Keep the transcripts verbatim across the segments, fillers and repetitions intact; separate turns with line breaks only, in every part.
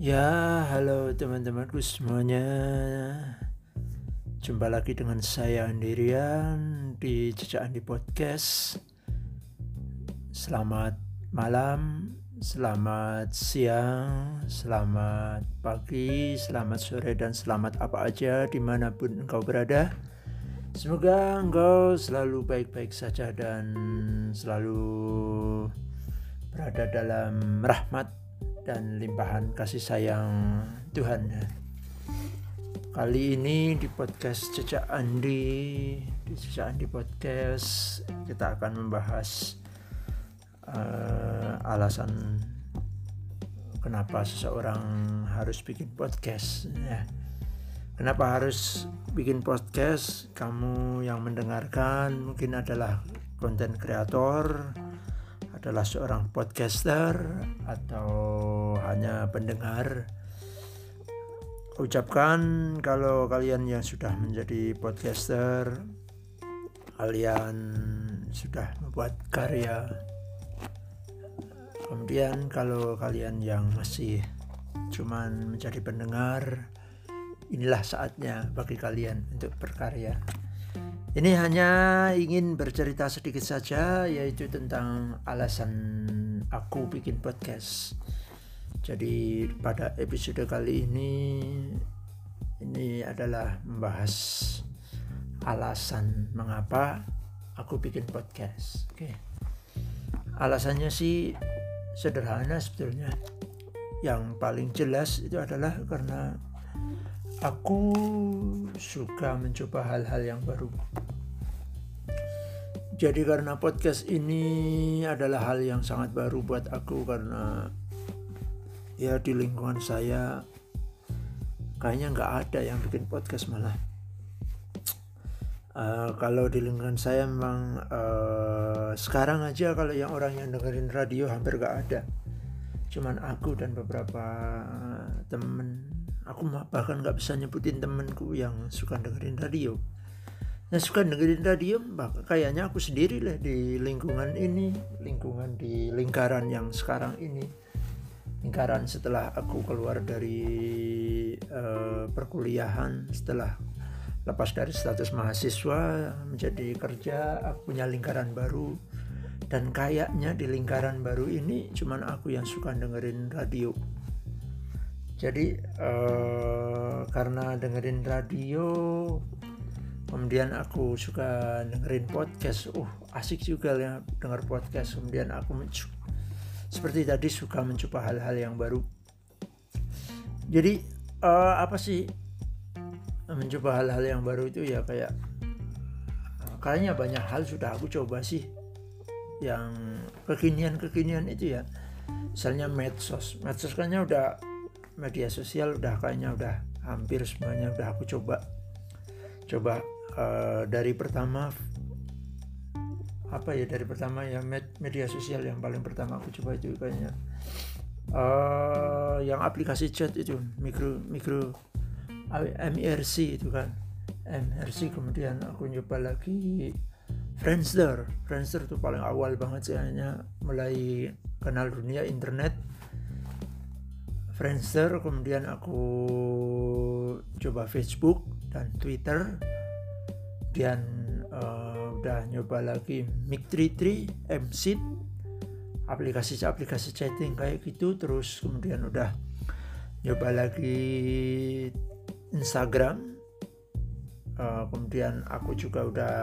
Ya, halo teman-temanku semuanya. Jumpa lagi dengan saya Andirian di Jejak Andi Podcast. Selamat malam, selamat siang, selamat pagi, selamat sore, dan selamat apa aja dimanapun engkau berada. Semoga engkau selalu baik-baik saja dan selalu berada dalam rahmat dan limpahan kasih sayang Tuhan. Kali ini di podcast Jejak Andi, di Jejak Andi Podcast kita akan membahas uh, alasan kenapa seseorang harus bikin podcast. Ya. Kenapa harus bikin podcast? Kamu yang mendengarkan mungkin adalah konten kreator, adalah seorang podcaster, atau hanya pendengar. Ucapkan kalau kalian yang sudah menjadi podcaster, kalian sudah membuat karya. Kemudian kalau kalian yang masih cuman menjadi pendengar, inilah saatnya bagi kalian untuk berkarya. Ini hanya ingin bercerita sedikit saja, yaitu tentang alasan aku bikin podcast. Jadi pada episode kali ini, ini adalah membahas alasan mengapa aku bikin podcast. Oke. Alasannya sih sederhana sebetulnya. Yang paling jelas itu adalah karena aku suka mencoba hal-hal yang baru. Jadi karena podcast ini adalah hal yang sangat baru buat aku, karena ya di lingkungan saya kayaknya nggak ada yang bikin podcast malah. Uh, kalau di lingkungan saya memang uh, sekarang aja kalau yang orang yang dengerin radio hampir nggak ada. Cuman aku dan beberapa uh, temen. Aku bahkan gak bisa nyebutin temenku yang suka dengerin radio. Yang suka dengerin radio kayaknya aku sendiri lah di lingkungan ini, lingkungan di lingkaran yang sekarang ini. Lingkaran setelah aku keluar dari uh, perkuliahan, setelah lepas dari status mahasiswa menjadi kerja, aku punya lingkaran baru. Dan kayaknya di lingkaran baru ini cuman aku yang suka dengerin radio. Jadi uh, karena dengerin radio, kemudian aku suka dengerin podcast. Uh, asik juga ya denger podcast. Kemudian aku mencoba, seperti tadi suka mencoba hal-hal yang baru. Jadi uh, apa sih mencoba hal-hal yang baru itu ya kayak uh, kayaknya banyak hal sudah aku coba sih. Yang kekinian-kekinian itu ya. Misalnya medsos. Medsos kayaknya udah media sosial udah kayaknya udah hampir semuanya udah aku coba coba uh, dari pertama apa ya dari pertama ya med- media sosial yang paling pertama aku coba itu kayaknya uh, yang aplikasi chat itu mikro mikro M I R C itu kan M I R C. Kemudian aku nyoba lagi Friendster. Friendster itu paling awal banget sih, hanya mulai kenal dunia internet. Friendster, kemudian aku coba Facebook dan Twitter, dan uh, udah nyoba lagi Mic tiga puluh tiga, Mseed, aplikasi-aplikasi chatting kayak gitu. Terus kemudian udah nyoba lagi Instagram, uh, kemudian aku juga udah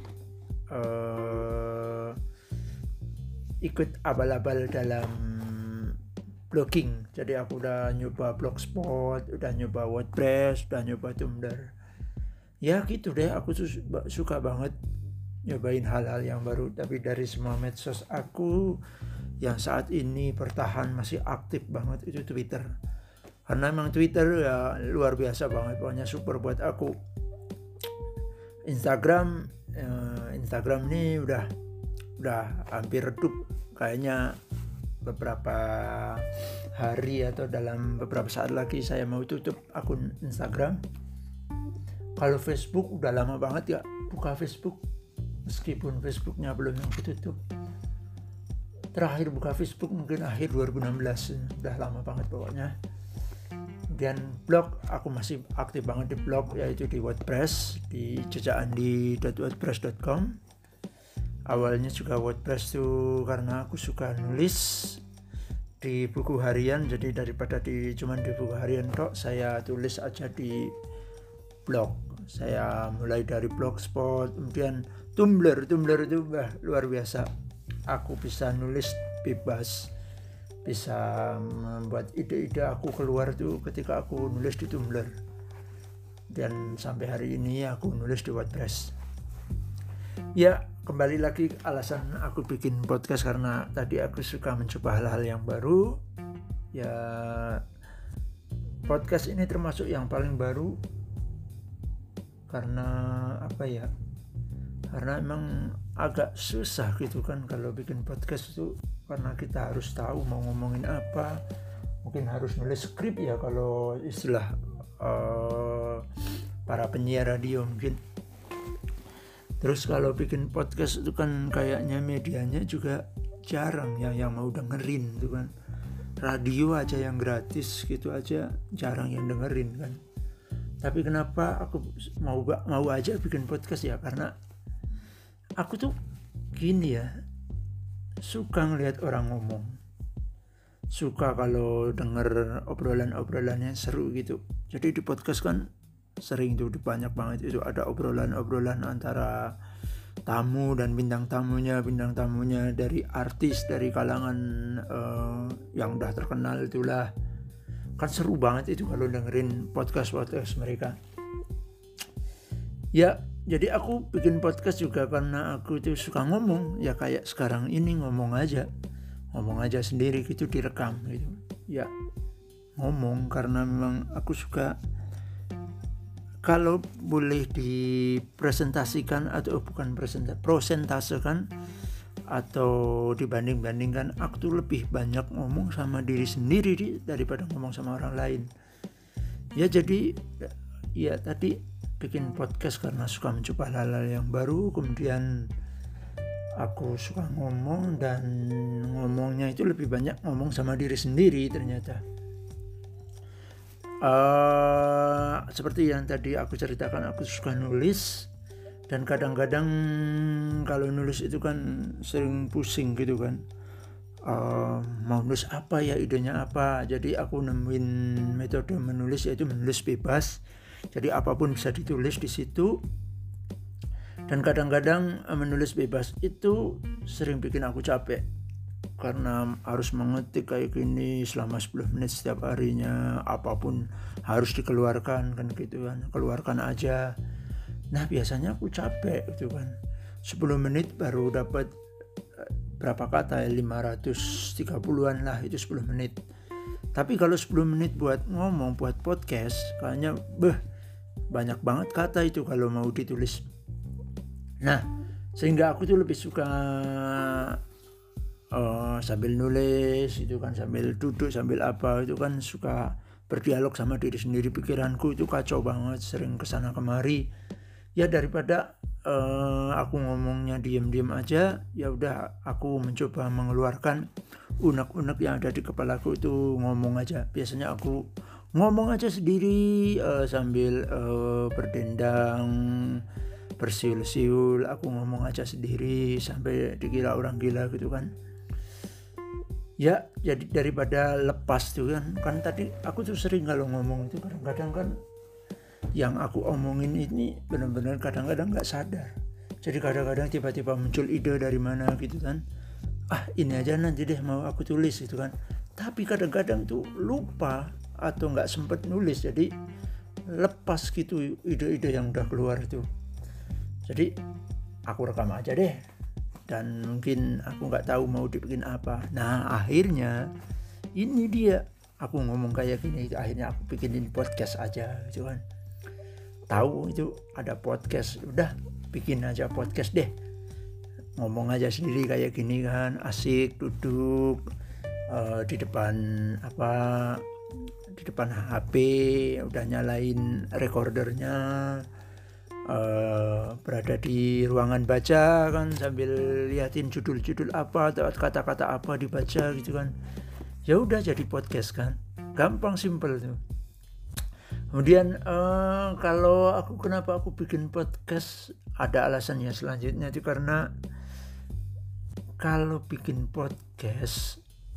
uh, ikut abal-abal dalam blogging. Jadi aku udah nyoba Blogspot, udah nyoba WordPress, udah nyoba Tumblr. Ya gitu deh, aku suka banget nyobain hal-hal yang baru. Tapi dari semua medsos aku yang saat ini bertahan masih aktif banget itu Twitter. Karena emang Twitter ya luar biasa banget, pokoknya super buat aku. Instagram, eh, Instagram ini udah udah hampir redup kayaknya. Beberapa hari atau dalam beberapa saat lagi saya mau tutup akun Instagram. Kalau Facebook udah lama banget ya buka Facebook, meskipun Facebooknya belum yang tutup. Terakhir buka Facebook mungkin akhir dua ribu enam belas, udah lama banget pokoknya. Kemudian blog, aku masih aktif banget di blog, yaitu di WordPress, di jejakandi dot wordpress dot com. Awalnya juga WordPress tuh karena aku suka nulis di buku harian, jadi daripada di cuman di buku harian tok, saya tulis aja di blog. Saya mulai dari Blogspot, kemudian Tumblr. Tumblr itu bah, luar biasa. Aku bisa nulis bebas, bisa membuat ide-ide aku keluar tuh ketika aku nulis di Tumblr. Dan sampai hari ini aku nulis di WordPress. Ya, kembali lagi alasan aku bikin podcast karena tadi aku suka mencoba hal-hal yang baru. Ya, podcast ini termasuk yang paling baru karena apa ya? Karena emang agak susah gitu kan kalau bikin podcast itu, karena kita harus tahu mau ngomongin apa. Mungkin harus nulis skrip ya kalau istilah uh, para penyiar radio mungkin. Terus kalau bikin podcast itu kan kayaknya medianya juga jarang ya yang mau dengerin itu kan. Radio aja yang gratis gitu aja jarang yang dengerin kan. Tapi kenapa aku mau mau aja bikin podcast ya, karena aku tuh gini ya, suka ngelihat orang ngomong, suka kalau denger obrolan-obrolannya seru gitu. Jadi di podcast kan sering tuh banyak banget itu ada obrolan-obrolan antara tamu dan bintang tamunya, bintang tamunya dari artis dari kalangan uh, yang udah terkenal itulah. Kan seru banget itu kalau dengerin podcast-podcast mereka. Ya, jadi aku bikin podcast juga karena aku itu suka ngomong. Ya kayak sekarang ini ngomong aja. Ngomong aja sendiri gitu, direkam gitu. Ya, ngomong karena memang aku suka. Kalau boleh dipresentasikan atau bukan presentasi, prosentasekan atau dibanding-bandingkan, aku tuh lebih banyak ngomong sama diri sendiri daripada ngomong sama orang lain. Ya jadi ya tadi bikin podcast karena suka mencoba hal-hal yang baru, kemudian aku suka ngomong dan ngomongnya itu lebih banyak ngomong sama diri sendiri ternyata. Uh, seperti yang tadi aku ceritakan, aku suka nulis. Dan kadang-kadang kalau nulis itu kan sering pusing gitu kan, uh, mau nulis apa ya, idenya apa. Jadi aku nemuin metode menulis yaitu menulis bebas. Jadi apapun bisa ditulis di situ. Dan kadang-kadang uh, menulis bebas itu sering bikin aku capek, karena harus mengetik kayak gini selama sepuluh menit setiap harinya, apapun harus dikeluarkan kan gitu kan, keluarkan aja. Nah biasanya aku capek gitu kan, sepuluh menit baru dapat berapa kata ya, lima ratus tiga puluhan lah itu sepuluh menit. Tapi kalau sepuluh menit buat ngomong, buat podcast, kayaknya beh banyak banget kata itu kalau mau ditulis. Nah sehingga aku tuh lebih suka uh, sambil nulis itu kan, sambil duduk, sambil apa itu kan, suka berdialog sama diri sendiri. Pikiranku itu kacau banget, sering kesana kemari. Ya daripada uh, aku ngomongnya diam-diam aja, ya udah aku mencoba mengeluarkan unek-unek yang ada di kepalaku itu ngomong aja. Biasanya aku ngomong aja sendiri uh, sambil uh, berdendang, bersiul-siul. Aku ngomong aja sendiri sampai dikira orang gila gitu kan. Ya jadi daripada lepas tuh kan, kan tadi aku tuh sering kalau ngomong itu kadang-kadang kan yang aku omongin ini benar-benar kadang-kadang gak sadar. Jadi kadang-kadang tiba-tiba muncul ide dari mana gitu kan, ah ini aja nanti deh mau aku tulis gitu kan. Tapi kadang-kadang tuh lupa atau gak sempet nulis, jadi lepas gitu ide-ide yang udah keluar itu. Jadi aku rekam aja deh, dan mungkin aku gak tahu mau dibikin apa. Nah akhirnya ini dia, aku ngomong kayak gini, akhirnya aku bikinin podcast aja gitu kan. Tahu itu ada podcast, udah bikin aja podcast deh, ngomong aja sendiri kayak gini kan, asik duduk uh, di depan apa di depan H P, udah nyalain recordernya, uh, berada di ruangan baca kan, sambil liatin judul-judul apa atau kata-kata apa dibaca gitu kan. Ya udah jadi podcast kan, gampang, simple tuh. Kemudian eh, kalau aku kenapa aku bikin podcast, ada alasannya selanjutnya itu karena kalau bikin podcast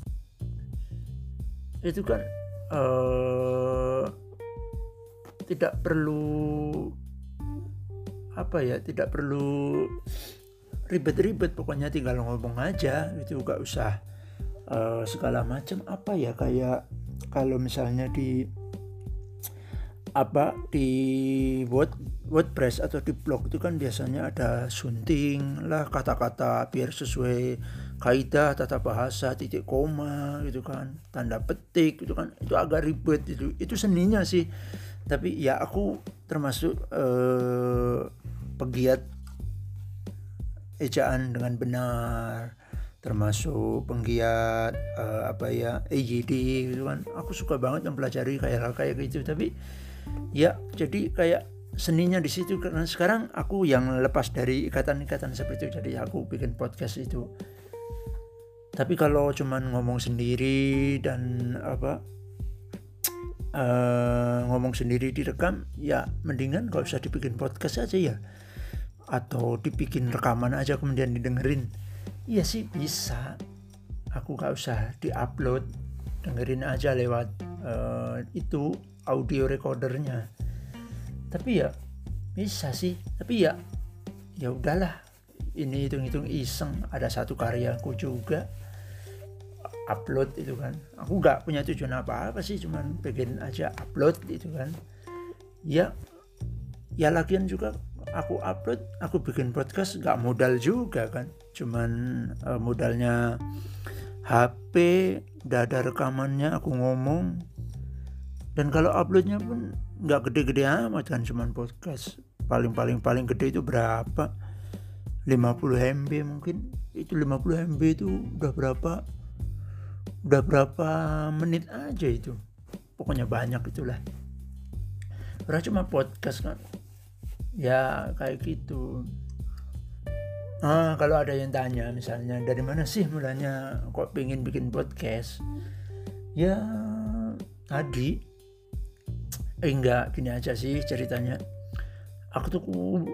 itu kan eh, tidak perlu apa ya, tidak perlu ribet-ribet, pokoknya tinggal ngomong aja itu, gak usah uh, segala macam apa ya, kayak kalau misalnya di apa di Word, WordPress atau di blog itu kan biasanya ada sunting lah kata-kata biar sesuai kaidah tata bahasa, titik koma gitu kan, tanda petik gitu kan, itu agak ribet, itu itu seninya sih. Tapi ya aku termasuk eh, pegiat ejaan dengan benar, termasuk penggiat uh, apa ya E J D gitu kan. Aku suka banget mempelajari kayak hal kayak gitu. Tapi ya jadi kayak seninya di situ, karena sekarang aku yang lepas dari ikatan-ikatan seperti itu, jadi aku bikin podcast itu. Tapi kalau cuman ngomong sendiri dan apa uh, ngomong sendiri direkam, ya mendingan gak usah dibikin podcast aja ya, atau dibikin rekaman aja kemudian didengerin. Iya sih bisa, aku gak usah diupload, dengerin aja lewat uh, itu audio recordernya. Tapi ya bisa sih, tapi ya ya udahlah, ini hitung-hitung iseng, ada satu karyaku juga upload itu kan, aku gak punya tujuan apa-apa sih, cuman pengen aja upload itu kan. Ya ya lagian juga aku upload, aku bikin podcast gak modal juga kan, cuman uh, modalnya H P, udah ada rekamannya, aku ngomong. Dan kalau uploadnya pun gak gede-gede amat kan, cuman podcast paling-paling-paling gede itu berapa, lima puluh M B mungkin. Itu lima puluh M B itu udah berapa udah berapa menit aja itu, pokoknya banyak itulah. Karena cuma podcast kan ya kayak gitu. Ah, kalau ada yang tanya misalnya dari mana sih mulanya kok pengen bikin podcast, ya tadi eh enggak gini aja sih ceritanya. Aku tuh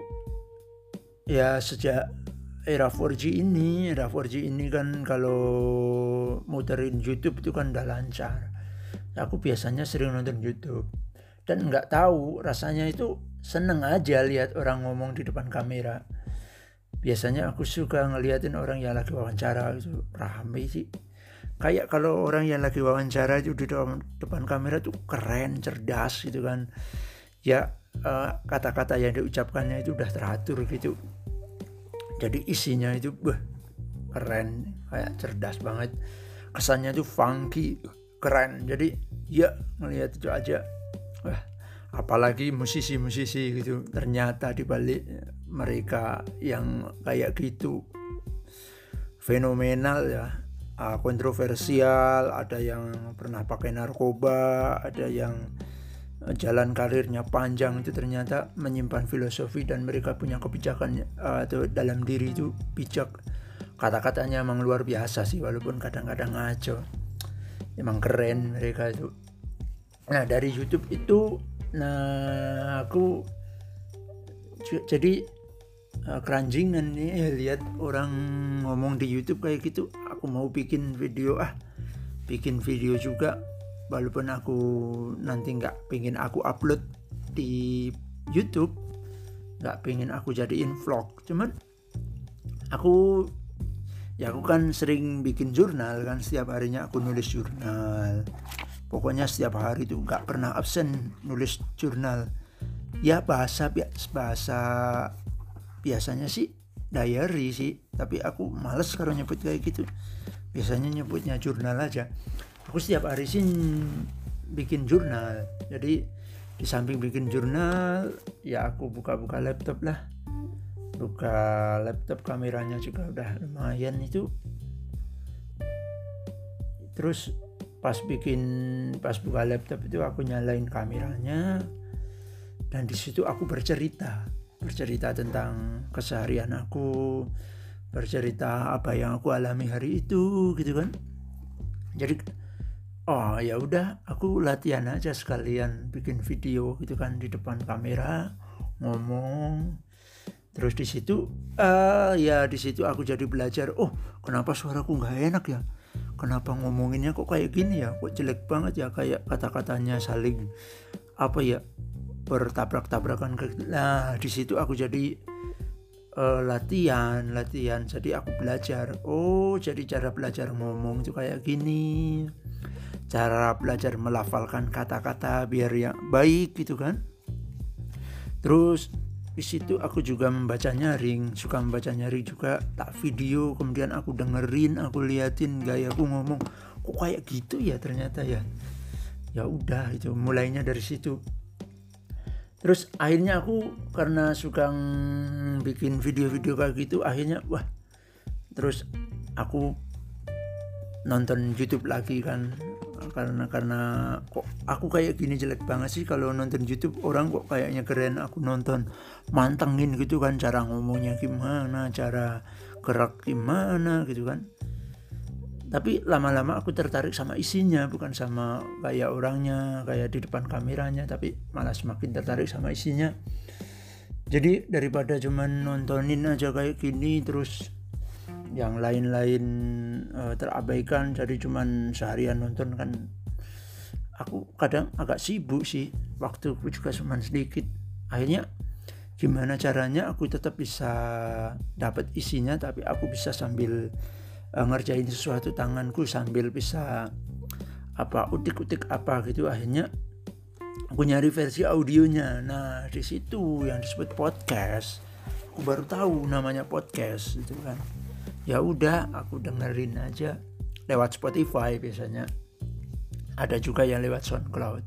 ya sejak era four G ini era four G ini kan kalau muterin YouTube itu kan udah lancar. Aku biasanya sering nonton YouTube dan nggak tahu rasanya itu seneng aja lihat orang ngomong di depan kamera. Biasanya aku suka ngeliatin orang yang lagi wawancara itu rame sih. Kayak kalau orang yang lagi wawancara itu di depan kamera tuh keren, cerdas gitu kan. Ya uh, kata-kata yang diucapkannya itu udah teratur gitu. Jadi isinya itu bah, keren, kayak cerdas banget. Kesannya tuh funky, keren. Jadi ya ngeliat itu aja. Wah, apalagi musisi-musisi gitu, ternyata dibalik mereka yang kayak gitu fenomenal ya, uh, kontroversial, ada yang pernah pakai narkoba, ada yang uh, jalan karirnya panjang itu ternyata menyimpan filosofi dan mereka punya kebijakan uh, itu dalam diri itu bijak. Kata-katanya emang luar biasa sih, walaupun kadang-kadang ngaco, emang keren mereka itu. Nah dari YouTube itu, nah aku jadi uh, keranjingan nih ya, lihat orang ngomong di YouTube kayak gitu. Aku mau bikin video, ah bikin video juga, walaupun aku nanti nggak pengen aku upload di YouTube, nggak pengen aku jadiin vlog, cuman aku ya aku kan sering bikin jurnal kan, setiap harinya aku nulis jurnal. Pokoknya setiap hari tuh nggak pernah absen nulis jurnal. Ya bahasa bahasa biasanya sih diary sih, tapi aku males kalau nyebut kayak gitu. Biasanya nyebutnya jurnal aja. Aku setiap hari sih bikin jurnal. Jadi di samping bikin jurnal, ya aku buka-buka laptop lah. Buka laptop, kameranya juga udah lumayan itu. Terus pas bikin pas buka laptop itu aku nyalain kameranya, dan di situ aku bercerita bercerita tentang keseharian aku, bercerita apa yang aku alami hari itu gitu kan. Jadi oh ya udah aku latihan aja sekalian bikin video gitu kan di depan kamera ngomong. Terus di situ uh, ya di situ aku jadi belajar, oh kenapa suaraku nggak enak ya, kenapa ngomonginnya kok kayak gini ya, kok jelek banget ya, kayak kata-katanya saling apa ya, bertabrak-tabrakan. Nah di situ aku jadi uh, latihan latihan jadi aku belajar, oh jadi cara belajar ngomong itu kayak gini, cara belajar melafalkan kata-kata biar yang baik gitu kan. Terus di situ aku juga membaca nyaring, suka membaca nyaring juga, tak video, kemudian aku dengerin, aku liatin gayaku ngomong, kok kayak gitu ya ternyata ya. Ya udah itu mulainya dari situ. Terus akhirnya aku karena suka bikin video-video kayak gitu, akhirnya wah, terus aku nonton YouTube lagi kan. karena karena kok aku kayak gini jelek banget sih kalau nonton YouTube, orang kok kayaknya keren, aku nonton mantengin gitu kan, cara ngomongnya gimana, cara gerak gimana gitu kan. Tapi lama-lama aku tertarik sama isinya, bukan sama kayak orangnya, kayak di depan kameranya, tapi malah semakin tertarik sama isinya. Jadi daripada cuman nontonin aja kayak gini terus yang lain-lain uh, terabaikan, jadi cuman seharian nonton kan, aku kadang agak sibuk sih, waktuku juga cuman sedikit. Akhirnya gimana caranya aku tetap bisa dapat isinya, tapi aku bisa sambil uh, ngerjain sesuatu tanganku, sambil bisa apa utik-utik apa gitu. Akhirnya aku nyari versi audionya. Nah di situ yang disebut podcast, aku baru tahu namanya podcast gitu kan. Ya udah aku dengerin aja lewat Spotify, biasanya ada juga yang lewat SoundCloud.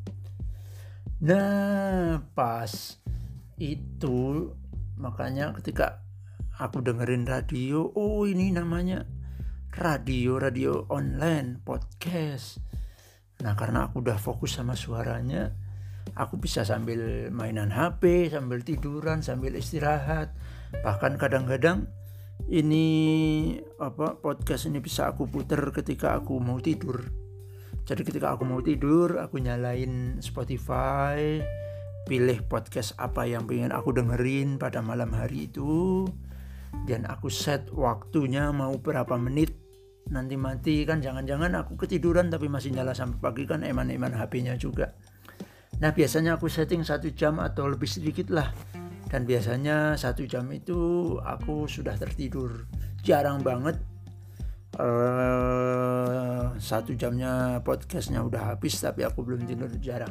Nah pas itu makanya ketika aku dengerin radio, oh ini namanya radio radio online podcast. Nah karena aku udah fokus sama suaranya, aku bisa sambil mainan H P, sambil tiduran, sambil istirahat. Bahkan kadang-kadang ini apa podcast ini bisa aku puter ketika aku mau tidur. Jadi ketika aku mau tidur, aku nyalain Spotify, pilih podcast apa yang pengen aku dengerin pada malam hari itu, dan aku set waktunya mau berapa menit. Nanti mati kan, jangan-jangan aku ketiduran tapi masih nyala sampai pagi kan, eman-eman H P-nya juga. Nah biasanya aku setting satu jam atau lebih sedikit lah. Dan biasanya satu jam itu aku sudah tertidur. Jarang banget uh, satu jamnya podcastnya udah habis tapi aku belum tidur, jarang.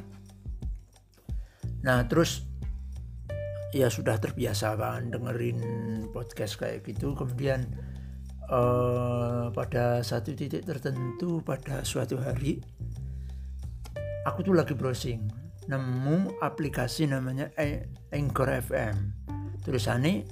Nah terus ya sudah terbiasa kan dengerin podcast kayak gitu. Kemudian uh, pada satu titik tertentu, pada suatu hari aku tuh lagi browsing, nemu aplikasi namanya Anchor F M. Tulisannya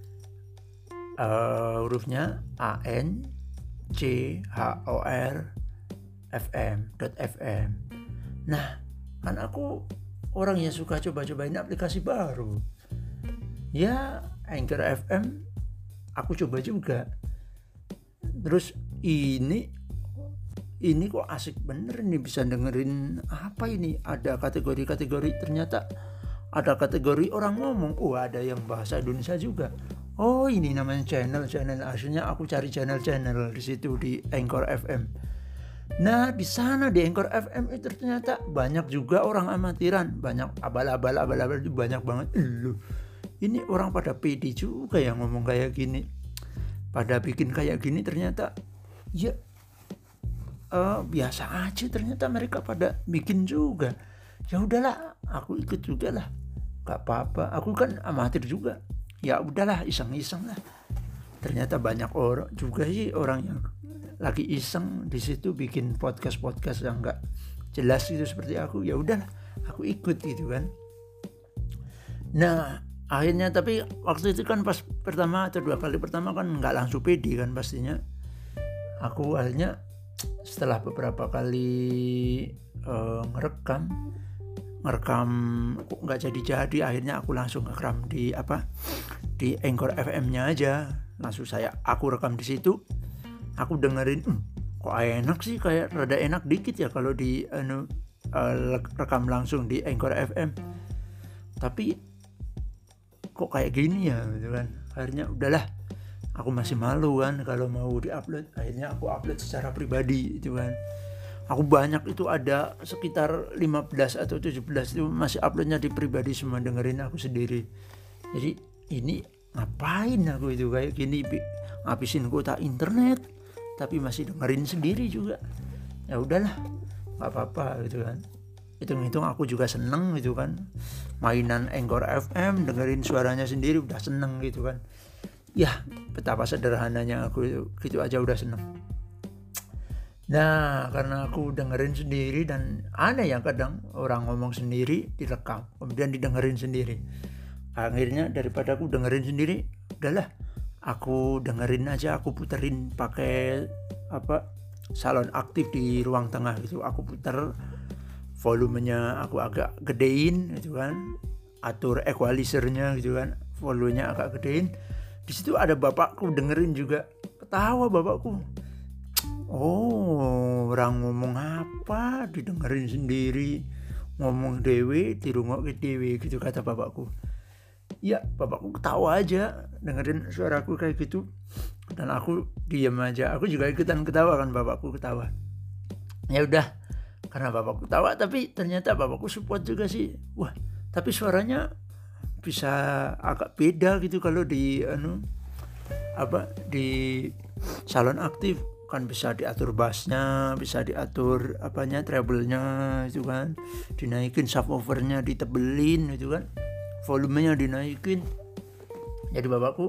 uh, hurufnya A N C H O R F M dot F M. Nah kan aku orang yang suka coba-cobain aplikasi baru, ya Anchor F M aku coba juga. Terus ini ini kok asik bener nih, bisa dengerin apa ini, ada kategori-kategori, ternyata ada kategori orang ngomong, oh ada yang bahasa Indonesia juga. Oh ini namanya channel-channel, akhirnya aku cari channel-channel di situ di Anchor F M. Nah di sana di Anchor F M itu ternyata banyak juga orang amatiran, banyak abal-abal abal-abal itu banyak banget. Loh, ini orang pada pede juga yang ngomong kayak gini, pada bikin kayak gini, ternyata ya Uh, biasa aja, ternyata mereka pada bikin juga. Ya udahlah, aku ikut juga lah, gak apa-apa, aku kan amatir juga. Ya udahlah, iseng-iseng lah. Ternyata banyak orang juga sih, orang yang lagi iseng di situ bikin podcast-podcast yang gak jelas itu seperti aku. Ya udahlah, aku ikut gitu kan. Nah akhirnya, tapi waktu itu kan pas pertama atau dua kali pertama kan gak langsung pede kan pastinya. Aku akhirnya setelah beberapa kali uh, ngerekam ngerekam kok nggak jadi-jadi, akhirnya aku langsung ngerekam di apa di Anchor F M-nya aja, langsung saya aku rekam di situ, aku dengerin, hm, kok enak sih, kayak rada enak dikit ya kalau di anu uh, rekam langsung di Anchor F M, tapi kok kayak gini ya gitu kan. Akhirnya udahlah, aku masih malu kan kalau mau diupload, akhirnya aku upload secara pribadi gitu kan. Aku banyak itu, ada sekitar lima belas atau tujuh belas itu masih uploadnya di pribadi semua, dengerin aku sendiri. Jadi ini ngapain aku itu kayak gini, ngabisin kuota internet tapi masih dengerin sendiri juga. Ya udahlah, nggak apa-apa gitu kan. Hitung-hitung aku juga seneng gitu kan, mainan Anchor F M, dengerin suaranya sendiri udah seneng gitu kan. Ya betapa sederhananya aku itu, gitu aja udah seneng. Nah karena aku dengerin sendiri, dan ada yang kadang orang ngomong sendiri direkam kemudian didengerin sendiri, akhirnya daripada aku dengerin sendiri, udahlah aku dengerin aja, aku puterin pakai apa salon aktif di ruang tengah gitu. Aku puter volumenya, aku agak gedein gitu kan, atur equalizernya gitu kan, volumenya agak gedein. Di situ ada bapakku dengerin juga, ketawa bapakku. Oh, orang ngomong apa didengerin sendiri, ngomong dewe dirungokke dewe gitu kata bapakku. Ya bapakku ketawa aja dengerin suaraku kayak gitu, dan aku diam aja. Aku juga ikutan ketawa kan, bapakku ketawa. Ya udah, karena bapakku ketawa, tapi ternyata bapakku support juga sih. Wah, tapi suaranya bisa agak beda gitu kalau di anu apa di salon aktif kan, bisa diatur bassnya, bisa diatur apanya treble-nya itu kan, dinaikin subwoofernya ditebelin itu kan, volumenya dinaikin. Jadi bapakku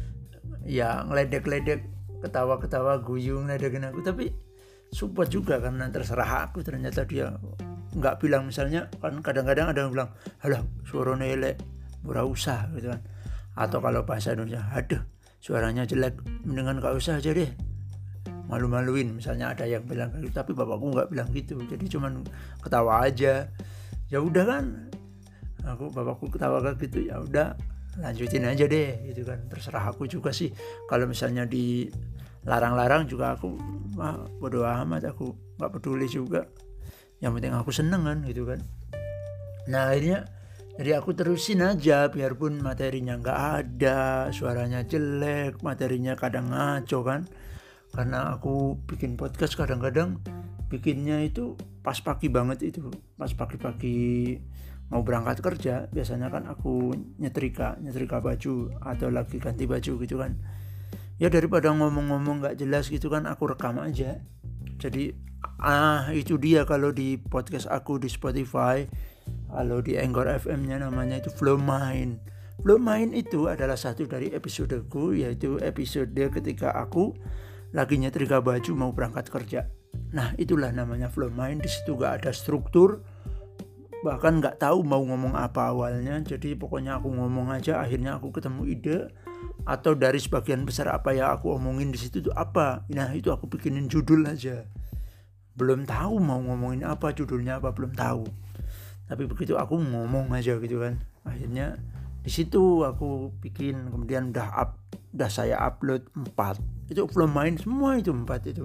ya ngeledek-ledek, ketawa-ketawa, guyung ledekin aku, tapi support juga karena terserah aku. Ternyata dia nggak bilang, misalnya kan kadang-kadang ada yang bilang, halah suaranya elek, ora usah gitu kan. Atau kalau bahasa Indonesia, aduh suaranya jelek, mendingan gak usah aja deh, malu-maluin, misalnya ada yang bilang gitu. Tapi bapakku nggak bilang gitu, jadi cuman ketawa aja. Ya udah kan, aku bapakku ketawa kayak gitu, ya udah lanjutin aja deh gitu kan. Terserah aku juga sih, kalau misalnya di larang-larang juga aku ah, bodo amat, aku nggak peduli juga, yang penting aku seneng kan gitu kan. Nah akhirnya jadi aku terusin aja, biarpun materinya nggak ada, suaranya jelek, materinya kadang ngaco kan. Karena aku bikin podcast kadang-kadang bikinnya itu pas pagi banget itu, pas pagi-pagi mau berangkat kerja. Biasanya kan aku nyetrika, nyetrika baju atau lagi ganti baju gitu kan. Ya daripada ngomong-ngomong gak jelas gitu kan, aku rekam aja. Jadi ah itu dia, kalau di podcast aku di Spotify, kalau di Anchor F M-nya namanya itu Flow Mind. Flow Mind itu adalah satu dari episodeku, yaitu episode ketika aku lagi nyetrika baju mau berangkat kerja. Nah itulah namanya Flow Mind. Di situ gak ada struktur, bahkan gak tahu mau ngomong apa awalnya. Jadi pokoknya aku ngomong aja, akhirnya aku ketemu ide, atau dari sebagian besar apa ya aku omongin di situ tuh apa. Nah itu aku bikinin judul aja. Belum tahu mau ngomongin apa, judulnya apa belum tahu. Tapi begitu aku ngomong aja gitu kan. Akhirnya di situ aku bikin, kemudian udah up, udah saya upload empat. Itu Flow Mind semua itu empat itu.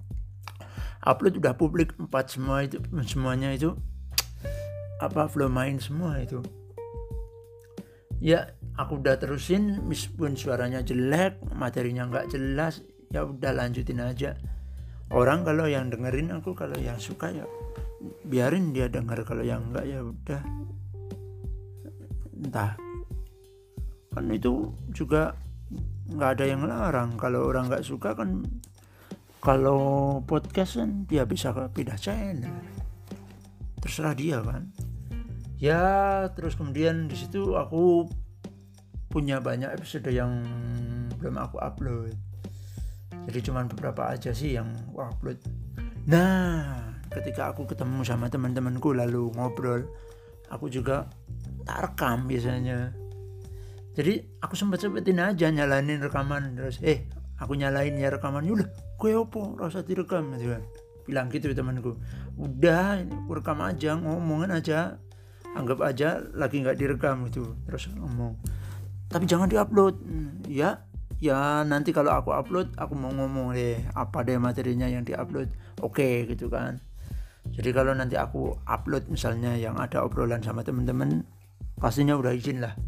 Upload udah publik empat semua itu, semuanya itu apa Flow Mind semua itu. Ya aku udah terusin, meskipun suaranya jelek, materinya nggak jelas, ya udah lanjutin aja. Orang kalau yang dengerin aku, kalau yang suka ya biarin dia denger, kalau yang enggak ya udah. Entah, kan itu juga nggak ada yang larang. Kalau orang nggak suka kan, kalau podcast kan dia bisa pindah channel, terserah dia kan. Ya terus kemudian di situ aku punya banyak episode yang belum aku upload, jadi cuman beberapa aja sih yang aku upload. Nah ketika aku ketemu sama teman-temanku lalu ngobrol, aku juga tak rekam biasanya. Jadi aku sempet-sempetin aja nyalain rekaman, terus eh aku nyalain ya rekaman, udah gue opo rasa direkam gitu kan, bilang gitu temanku. Udah aku rekam aja, ngomongin aja, anggap aja lagi nggak direkam gitu, terus ngomong, tapi jangan diupload. Ya ya nanti kalau aku upload aku mau ngomong deh apa deh materinya yang diupload, oke gitu kan. Jadi kalau nanti aku upload misalnya yang ada obrolan sama temen-temen, pastinya udah izin lah.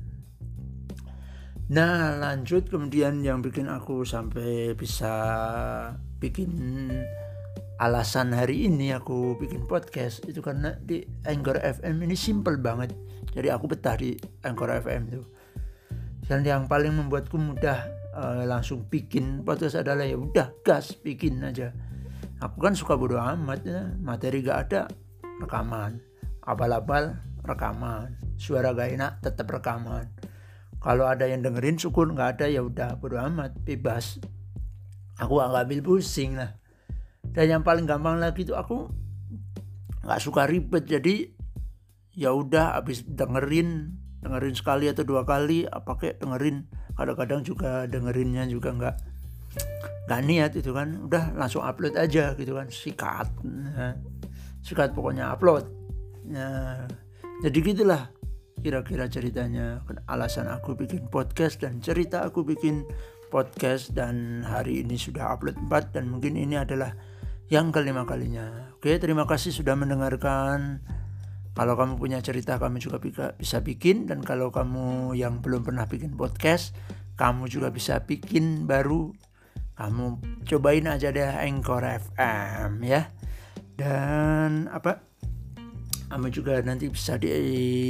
Nah lanjut, kemudian yang bikin aku sampai bisa bikin alasan hari ini aku bikin podcast itu karena di Anchor F M ini simple banget. Jadi aku betah di Anchor F M tuh. Dan yang paling membuatku mudah uh, langsung bikin podcast adalah ya udah gas bikin aja. Aku kan suka bodo amat ya, materi gak ada rekaman, abal-abal rekaman, suara gak enak tetap rekaman. Kalau ada yang dengerin syukur, nggak ada ya udah bodo amat, bebas. Aku nggak ambil pusing lah. Dan yang paling gampang lagi itu aku nggak suka ribet. Jadi ya udah habis dengerin dengerin sekali atau dua kali apa kayak dengerin. Kadang-kadang juga dengerinnya juga nggak nggak niat itu kan. Udah langsung upload aja gitu kan, sikat, nah, sikat pokoknya upload. Nah, jadi gitulah kira-kira ceritanya, alasan aku bikin podcast dan cerita aku bikin podcast. Dan hari ini sudah upload empat dan mungkin ini adalah yang kelima kalinya. Oke, terima kasih sudah mendengarkan. Kalau kamu punya cerita kamu juga bisa bikin. Dan kalau kamu yang belum pernah bikin podcast, kamu juga bisa bikin baru. Kamu cobain aja deh Anchor F M ya. Dan apa, kamu juga nanti bisa di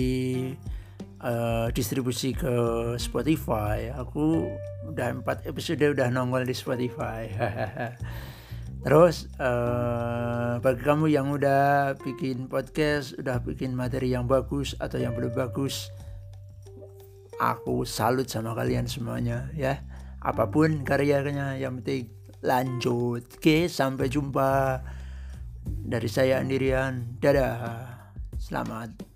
uh, distribusi ke Spotify. Aku udah empat episode udah nongol di Spotify. Terus uh, bagi kamu yang udah bikin podcast, udah bikin materi yang bagus atau yang belum bagus, aku salut sama kalian semuanya ya. Apapun karyanya, yang penting lanjut. Oke, sampai jumpa. Dari saya Andirian. Dadah. Selamat